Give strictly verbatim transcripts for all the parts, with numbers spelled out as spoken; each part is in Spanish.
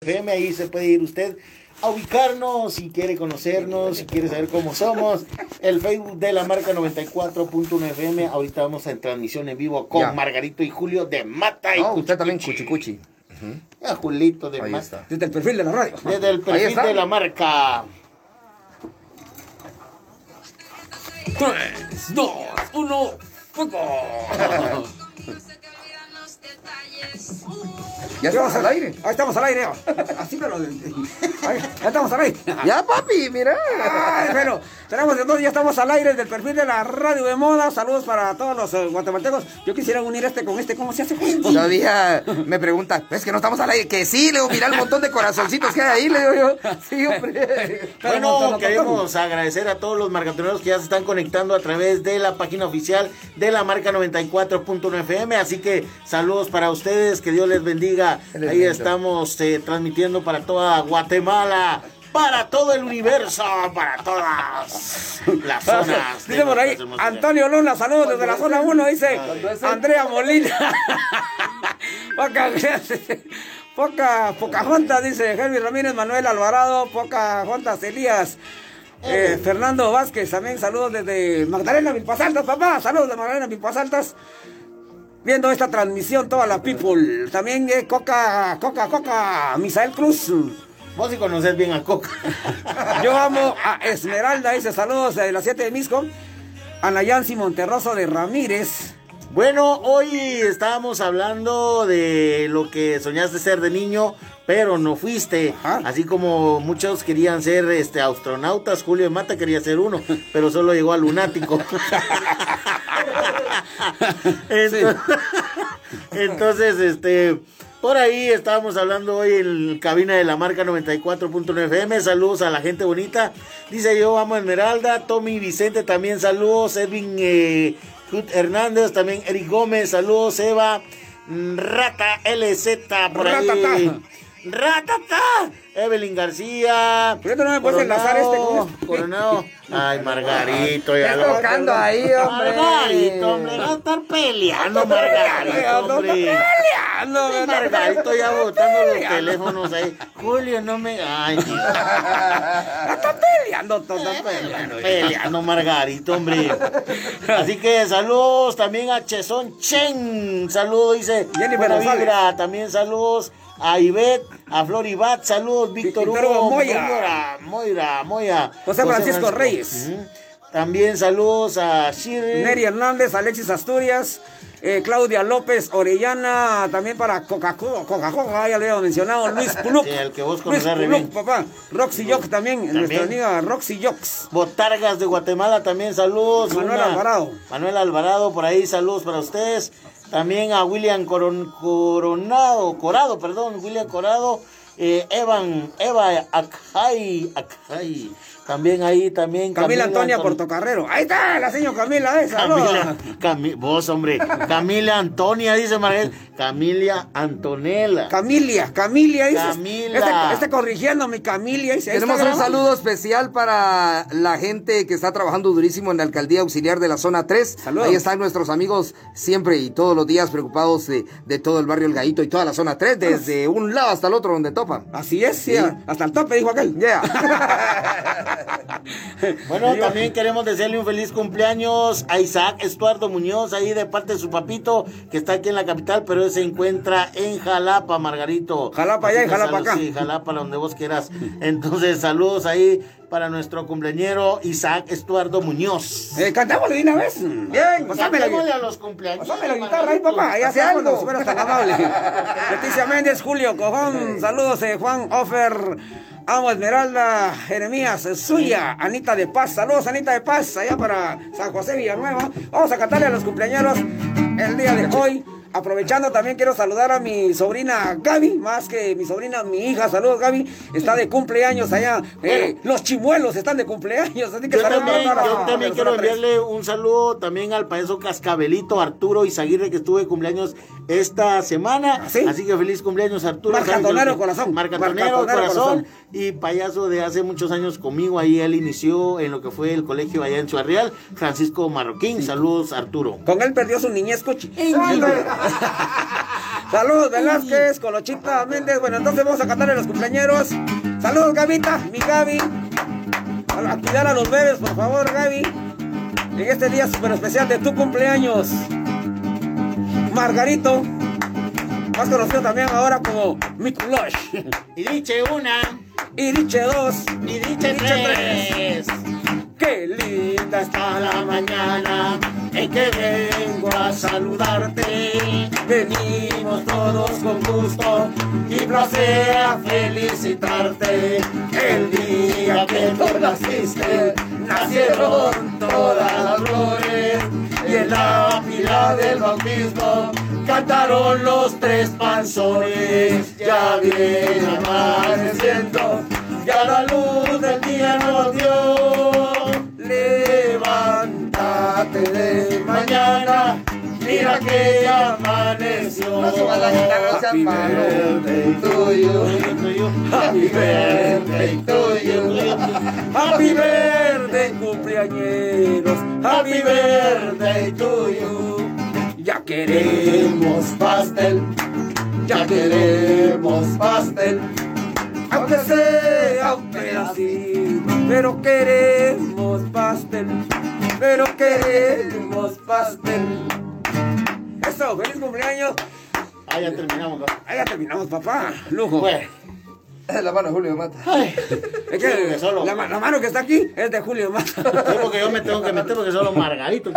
F M. Ahí se puede ir usted a ubicarnos si quiere conocernos, si quiere saber cómo somos. El Facebook de la marca noventa y cuatro punto uno F M. Ahorita vamos en transmisión en vivo con ya. Margarito y Julio de Mata y no, usted también Cuchicuchi. Uh-huh. A Julito de Ahí Mata. está. Desde el perfil de la radio. Desde el perfil de la marca. tres, dos, uno, fuego. Ya estamos al aire. Ahí estamos al aire. Así pero ahí, ya estamos al aire. Ya, papi, mira. Ay, pero tenemos entonces, ya estamos al aire del perfil de la radio de moda. Saludos para todos los uh, guatemaltecos. Yo quisiera unir este con este. ¿Cómo se hace? Todavía me preguntan, ¿es que no estamos al aire? Que sí, le digo, mira el montón de corazoncitos que hay ahí, le digo yo. Sí, hombre. Bueno, queremos agradecer a todos los marcatoneros que ya se están conectando a través de la página oficial de la marca noventa y cuatro punto uno F M. Así que saludos para ustedes, que Dios les bendiga. Ahí estamos eh, transmitiendo para toda Guatemala, para todo el universo, para todas las zonas. Dice por ahí, Antonio Luna, saludos desde la zona uno, dice Andrea Molina. Poca, poca, Pocahontas, dice Henry Ramírez, Manuel Alvarado, Pocahontas Elías. Eh, Fernando Vázquez, también saludos desde Magdalena Milpas Altas, papá, saludos de Magdalena Milpas Altas. Viendo esta transmisión, toda la people. También eh, Coca, Coca, Coca, Misael Cruz. Vos sí conoces bien a Coca. Yo amo a Esmeralda, dice saludos de las siete de Misco. Ana Yancy Monterroso de Ramírez. Bueno, hoy estábamos hablando de lo que soñaste ser de niño, pero no fuiste. Ajá. Así como muchos querían ser este, astronautas, Julio de Mata quería ser uno, pero solo llegó al lunático. Entonces, entonces, este, por ahí estábamos hablando hoy en cabina de la marca noventa y cuatro punto nueve F M. Saludos a la gente bonita. Dice yo amo a Esmeralda. Tommy Vicente también saludos. Edwin eh, Hernández, también Eric Gómez, saludos. Eva Rata L Z por ahí. Ratata. Ratata. Evelyn García. ¿Por qué no me puedes enlazar este con este? Coronado. Ay, Margarito, ya lo tocando ahí, hombre. Margarito, hombre, va a estar peleando, Margarito, hombre. Peleando, Margarito ya botando los teléfonos ahí. Julio, no me. Ay, está peleando, todo está peleando. Peleando, Margarito, hombre. Así que saludos también a Chesón Chen. Saludos, dice. Buena vibra. También saludos a Ivette, a Floribat, saludos, Víctor Hugo, Moira, Moira, Moya, José Francisco, Francisco Reyes. Uh-huh. También saludos a Shirley, Neri Hernández, Alexis Asturias, eh, Claudia López Orellana, también para Coca-Cola, Coca-Cola, ya le había mencionado, Luis Puluc. Sí, el que vos conoces re bien. Papá, Roxy Yox también, ¿También? nuestra amiga Roxy Yox. Botargas de Guatemala también, saludos. Manuel Una, Alvarado. Manuel Alvarado, por ahí, saludos para ustedes. También a William Coron, Coronado, Corado, perdón, William Corado, eh, Evan, Eva Acay, Acay. También ahí, también Camila, Camila Antonia Anton... Portocarrero. Ahí está la señora Camila esa. Camila, Cami... vos, hombre. Camila Antonia, dice Margarita. Camilia Antonella. Camilia, Camilia, dice. Camila. Este, este corrigiendo mi Camilia. Dice, tenemos un saludo especial para la gente que está trabajando durísimo en la alcaldía auxiliar de la zona tres. Saludos. Ahí están nuestros amigos siempre y todos los días preocupados de, de todo el barrio El Gallito y toda la zona tres, desde un lado hasta el otro donde topa. Así es, sí. Hasta el tope, dijo aquel. Yeah. Bueno, también queremos desearle un feliz cumpleaños a Isaac Estuardo Muñoz, ahí de parte de su papito, que está aquí en la capital, pero él se encuentra en Jalapa, Margarito. Jalapa allá y Jalapa acá. Sí, Jalapa, donde vos quieras. Entonces, saludos ahí para nuestro cumpleañero Isaac Estuardo Muñoz. Eh, cantámosle de una vez. Bien, cantémosle a los cumpleaños. Pásame la guitarra ahí, papá. Ahí hace algo. Si fueras tan amable. Leticia Méndez, Julio Cojón, saludos, eh, Juan Ofer. Amo Esmeralda, Jeremías, Suya, Anita de Paz, saludos Anita de Paz, allá para San José Villanueva. Vamos a cantarle a los cumpleañeros el día de hoy. Aprovechando también quiero saludar a mi sobrina Gaby, más que mi sobrina, mi hija, saludos Gaby, está de cumpleaños allá, eh, los chimuelos están de cumpleaños, así que yo saludos también, para, yo para, también para quiero enviarle un saludo también al payaso Cascabelito Arturo Izaguirre, que estuvo de cumpleaños esta semana, ¿sí? Así que feliz cumpleaños Arturo. Marcantonero corazón, Marcantonero corazón, corazón y payaso de hace muchos años conmigo, ahí él inició en lo que fue el colegio allá en Ciudad Real, Francisco Marroquín, sí. Saludos Arturo. Con él perdió su niñez, coche. Saludos Velázquez, Colochita Méndez. Bueno, entonces vamos a cantarle a los cumpleañeros. Saludos Gavita, mi Gaby. A cuidar a los bebés, por favor, Gaby. En este día súper especial de tu cumpleaños. Margarito, más conocido también ahora como Mikulash. Y dice una. Y dice dos. Y dice tres. Qué linda está la mañana en que vengo a saludarte. Venimos todos con gusto y placer a felicitarte. El día que tú naciste, nacieron todas las flores. Y en la pila del bautismo cantaron los tres panzones. Ya viene amaneciendo, ya la luz del día nos dio. Levántate de mañana, mira que ya amaneció. No subas la guitarra, no seas malo. Happy birthday to you. Happy birthday cumpleañeros. Happy birthday to you. Ya queremos pastel, ya queremos pastel. Aunque sea un pedacito, pero queremos pastel, pero queremos pastel. Eso, feliz cumpleaños. Ah, ya terminamos, papá. Ah, ya terminamos, papá. Lujo. Bueno. La mano de Julio Mata. Ay, es que sí, solo. La, la mano que está aquí es de Julio Mata. Sí, porque yo me tengo que meter porque solo Margarito.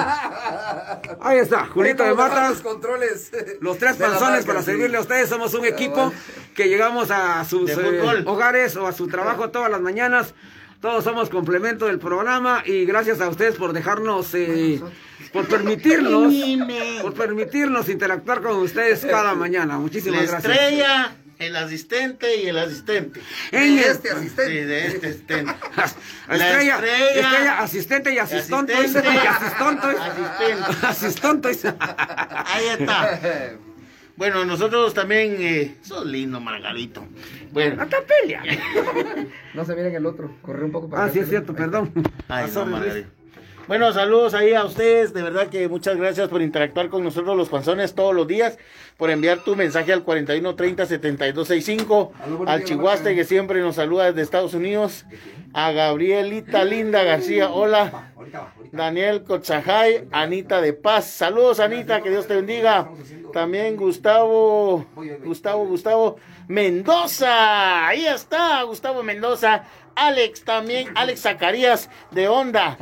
Ahí está, Julito de Mata. Los controles. Los tres panzones para servirle a ustedes. Somos un equipo que llegamos a sus eh, hogares o a su trabajo todas las mañanas. Todos somos complemento del programa y gracias a ustedes por dejarnos, eh, por permitirnos, por permitirnos interactuar con ustedes cada mañana. Muchísimas La gracias. estrella, el asistente y el asistente. En De este asistente. Sí, de este asistente. La Estrella, estrella, estrella, asistente y asistonto. asistente, Y asistonto. asistente. Asistonto. Ahí está. Bueno, nosotros también, eh, sos lindo, Margarito. Bueno. Hasta pelea. No se miren el otro, corre un poco para Ah, acá. sí es cierto, perdón. Ay, Ah, no, sorry, Margarito. Bueno, saludos ahí a ustedes, de verdad que muchas gracias por interactuar con nosotros los panzones todos los días, por enviar tu mensaje al cuarenta y uno treinta setenta y dos sesenta y cinco, al Chihuaste que siempre nos saluda desde Estados Unidos, a Gabrielita Linda García, hola, Daniel Cotzajay, Anita de Paz, saludos Anita, que Dios te bendiga, también Gustavo, Gustavo, Gustavo Mendoza, ahí está, Gustavo Mendoza, Alex también, Alex Zacarías de Onda.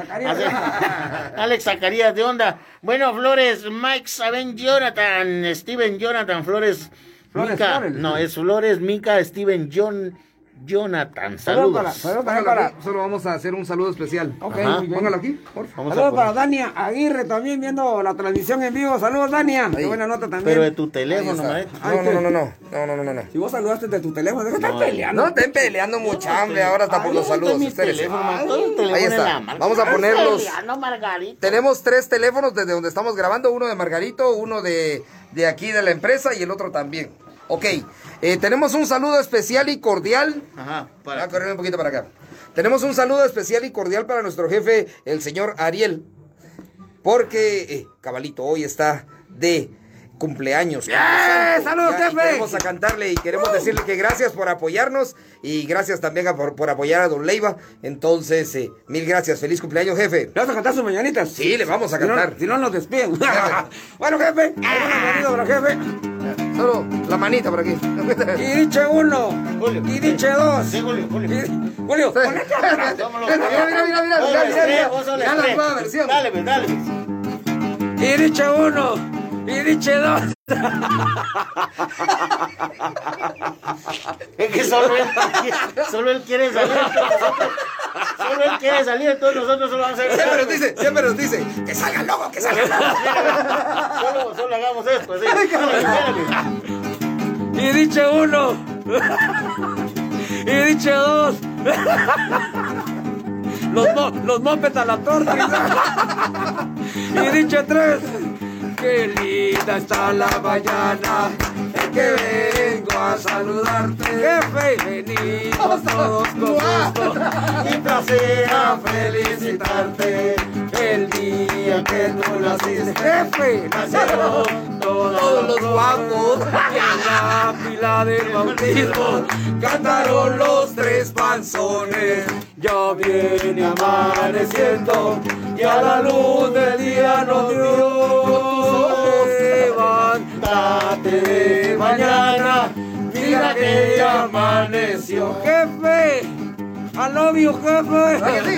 Alex Zacarías de Onda. Bueno, Flores, Mike Saben Jonathan, Steven Jonathan, Flores, Flores, Mica. Flores. No, es Flores, Mica, Steven John, Jonathan. Saludos. Saludos Póngalo para, aquí, solo vamos a hacer un saludo especial. Ok, Ajá. muy bien. Póngalo aquí, por favor. Vamos a Saludos poner- para Dania Aguirre también viendo la transmisión en vivo. Saludos, Dania. Qué Ahí. buena nota también. Pero de tu Ahí teléfono, está. maestro. Ay, No, ¿qué? no, no, no, no, no, no, no, no. Si vos saludaste de tu teléfono, deja de estar No, peleando. No estén peleando mucha hambre ahora hasta por los saludos. Mi Ustedes. teléfono, Ay, todo el teléfono ahí en está. la marca. Vamos a ponerlos. Peleando, Margarito. Tenemos tres teléfonos desde donde estamos grabando, uno de Margarito, uno de, de aquí de la empresa y el otro también. Ok, eh, tenemos un saludo especial y cordial. Ajá, Voy a para. correr un poquito para acá. Tenemos un saludo especial y cordial para nuestro jefe, el señor Ariel. Porque, eh, cabalito, hoy está de cumpleaños. ¡Bien! Santo. ¡Saludos, Ya, y jefe! Queremos a cantarle y queremos decirle que gracias por apoyarnos y gracias también a- por, por apoyar a Don Leiva. Entonces, eh, mil gracias. Feliz cumpleaños, jefe. ¿Le vas a cantar sus mañanitas? Sí, le vamos a Si no- cantar. Si no, nos despiden. Bueno, jefe. Bueno, para jefe. Solo la manita por aquí. Y dice uno. Julio. Y dice dos. Sí, Julio, Julio. Y- Julio, Sí. ponete atrás. Vámonos. Mira, mira, mira, mira, mira, Vos mira, sos mira, el mira. vos sos el Ya la tres. nueva versión. Dale, pues, dale. Y dice uno. Y dice dos. Es que solo él, solo él quiere salir. entonces nosotros- Solo él quiere salir, entonces nosotros solo vamos a hacer. Siempre nos dice, siempre nos dice, que salga el logo, que salga el logo. Solo, solo hagamos esto, así. Espérame. Y dice uno. Y dice dos. Los, mo los mopeds a la torta. Y dice tres. Qué linda está la mañana en que vengo a saludarte. Jefe, venimos todos con gusto y placer a felicitarte. El día que tú naciste, jefe, nacieron todos los guapos. Y en la pila del bautismo cantaron los tres panzones. Ya viene amaneciendo y a la luz del día nos dio. Levántate de mañana, mira que ya amaneció. Jefe, I love you, jefe.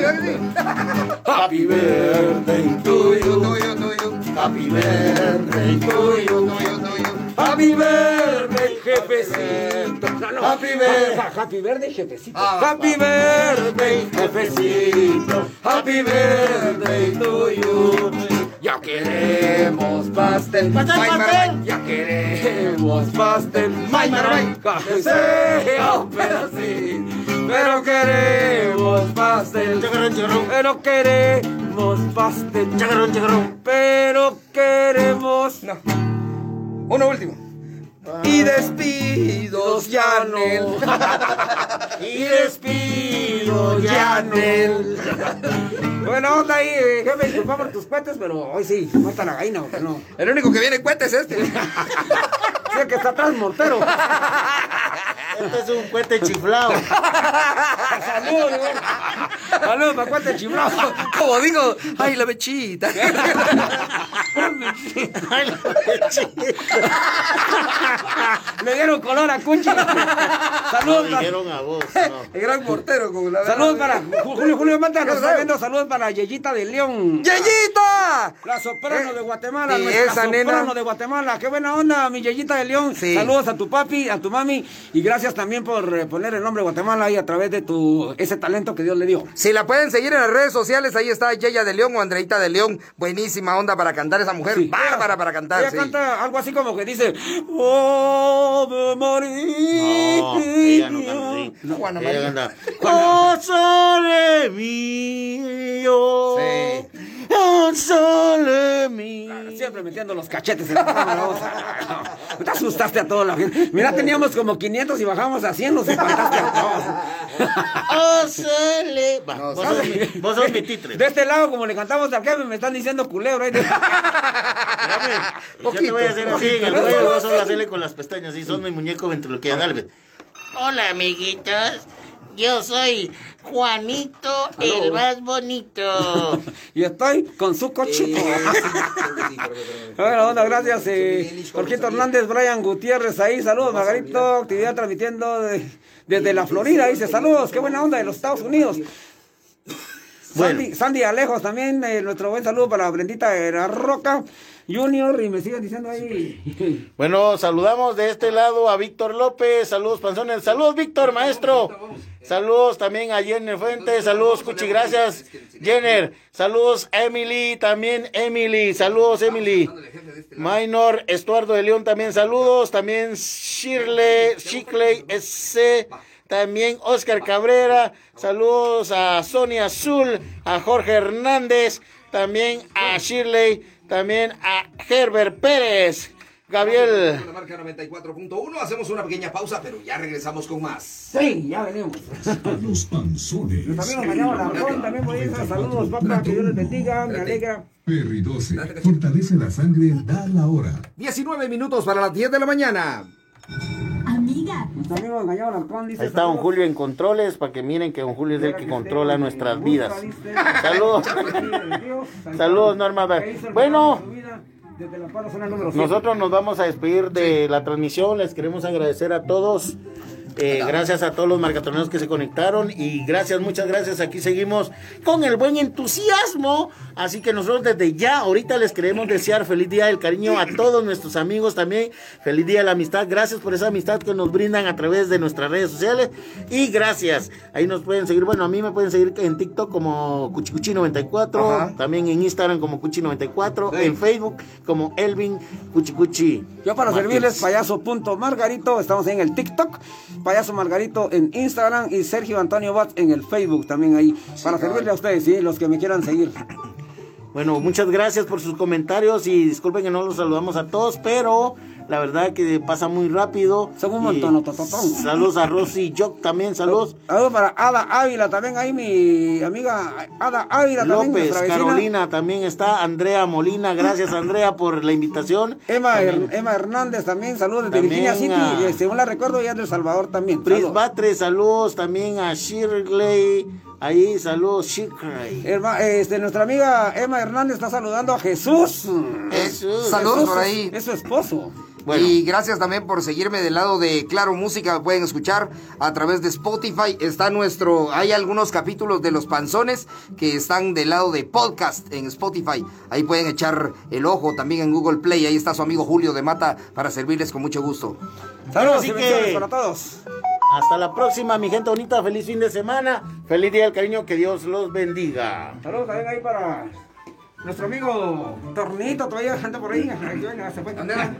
Happy birthday to you, to you, to you. Happy birthday to you, to you, to you. Happy birthday, jefecito. Happy birthday, happy birthday, jefecito. Happy birthday, jefecito. Happy birthday to you. Ya queremos pastel, pastel, ya queremos pastel, may, may, que sea un pedacito, pero queremos pastel, pero queremos pastel, pero queremos, no, uno último. Y despidos, Yanel. Y despido, Yanel. Bueno, onda ahí, jefe, disculpa por tus cohetes, pero hoy sí, mata la gallina, porque no. El único que viene en cohete es este. Sí, el que está atrás, mortero. Este es un cohete chiflado. Salud, güey. Salud, para cohete chiflado. Como digo, ay, la mechita. Ay, la mechita. Le dieron color a Cuchi. Saludos. No, dijeron a vos, no. El gran portero, como la Saludos para Julio, Julio Mata, nos está viendo. Saludos para Yeyita de León. ¡Yeyita! La soprano eh, de Guatemala. Y Nuestra esa soprano nena de Guatemala. Qué buena onda, mi Yeyita de León. Sí. Saludos a tu papi, a tu mami. Y gracias también por eh, poner el nombre de Guatemala ahí a través de tu ese talento que Dios le dio. Si la pueden seguir en las redes sociales, ahí está Yeya de León o Andreita de León. Buenísima onda para cantar esa mujer. Sí. Bárbara para cantar. Ella sí. canta algo así como que dice: Ave María. No, ella no canta así. No, Juana Ella María. canta: Oh sole mío. Sí. Oh sole mío. Siempre metiendo los cachetes en la cámara. Te asustaste a toda la gente. Mira, teníamos como quinientos y bajamos a cien, nos espantaste a todos. Oh sole. Va, No, vos, sos mi, vos sos mi titre. De este lado, como le cantamos al jefe, me están diciendo culebro. Espérame, yo te voy a hacer así en el cuello, vos solo hacerle con las pestañas, y sos mi muñeco ventriloquial. Hola, amiguitos. Yo soy Juanito, el más bonito. Y estoy con su cochito. Bueno, onda, gracias. Eh, Jorgito Hernández, Brian Gutiérrez ahí. Saludos, Margarito. Actividad transmitiendo de, desde la Florida. Dice, saludos, qué buena onda de los Estados Unidos. Bueno. Sandy, Sandy Alejos también, eh, nuestro buen saludo para Brendita de la Roca Junior, y me siguen diciendo ahí. Bueno, saludamos de este lado a Víctor López, saludos panzones, saludos Víctor, maestro, saludos también a Jenner Fuentes, saludos Cuchi, gracias Jenner, saludos Emily, también Emily, saludos Emily, Minor, Estuardo de León también saludos, también Shirley, Shicley S, también Oscar Cabrera, saludos a Sonia Azul, a Jorge Hernández, también a Shirley, también a Herbert Pérez, Gabriel. La marca noventa y cuatro punto uno, hacemos una pequeña pausa, pero ya regresamos con más. Sí, ya venimos. Los panzones. También nos bañamos la ron, también por ahí, saludos, papá, que Dios les bendiga, me alegra. Perry doce, fortalece la sangre, da la hora. diecinueve minutos para las diez de la mañana. Amiga. También nos bañamos la ron, dice. Ahí está don Julio en controles, para que miren que don Julio es el que controla nuestras vidas. Saludos. Saludos, Norma. Bueno, nosotros nos vamos a despedir de la transmisión. Les queremos agradecer a todos. Eh, gracias a todos los marcatoneros que se conectaron y gracias, muchas gracias. Aquí seguimos con el buen entusiasmo, así que nosotros desde ya ahorita les queremos desear feliz día del cariño a todos nuestros amigos también, feliz día de la amistad. Gracias por esa amistad que nos brindan a través de nuestras redes sociales y gracias, ahí nos pueden seguir. Bueno, a mí me pueden seguir en TikTok como Cuchicuchi noventa y cuatro. Ajá. También en Instagram como Cuchi noventa y cuatro, sí. En Facebook como Elvin Cuchicuchi. Yo para Martins. Servirles payaso.margarito, estamos en el TikTok, Payaso Margarito en Instagram y Sergio Antonio Bat en el Facebook también ahí, sí, para servirle a ustedes, sí, los que me quieran seguir. Bueno, muchas gracias por sus comentarios y disculpen que no los saludamos a todos, pero La verdad que pasa muy rápido. Son un montón, tototón. Saludos a Rosy Jock también, saludos. Saludos para Ada Ávila también, ahí mi amiga Ada Ávila también. López, Carolina también está, Andrea Molina, gracias Andrea por la invitación. Emma, Her Emma Hernández también, saludos desde Virginia City, a... según la recuerdo ya de El Salvador también. Pris Batre, saludos también a Shirley. Ahí, saludos, Shirley. Este, nuestra amiga Emma Hernández está saludando a Jesús. Jesús. Saludos Jesús, por ahí. Es su esposo. Bueno. Y gracias también por seguirme del lado de Claro Música. Pueden escuchar a través de Spotify. Está nuestro, hay algunos capítulos de Los Panzones que están del lado de podcast en Spotify. Ahí pueden echar el ojo también en Google Play. Ahí está su amigo Julio de Mata para servirles con mucho gusto. Saludos y bendiciones para todos. Hasta la próxima, mi gente bonita. Feliz fin de semana. Feliz día del cariño. Que Dios los bendiga. Saludos también ahí para nuestro amigo Tornito. Todavía anda por ahí. Aquí, venga, se fue.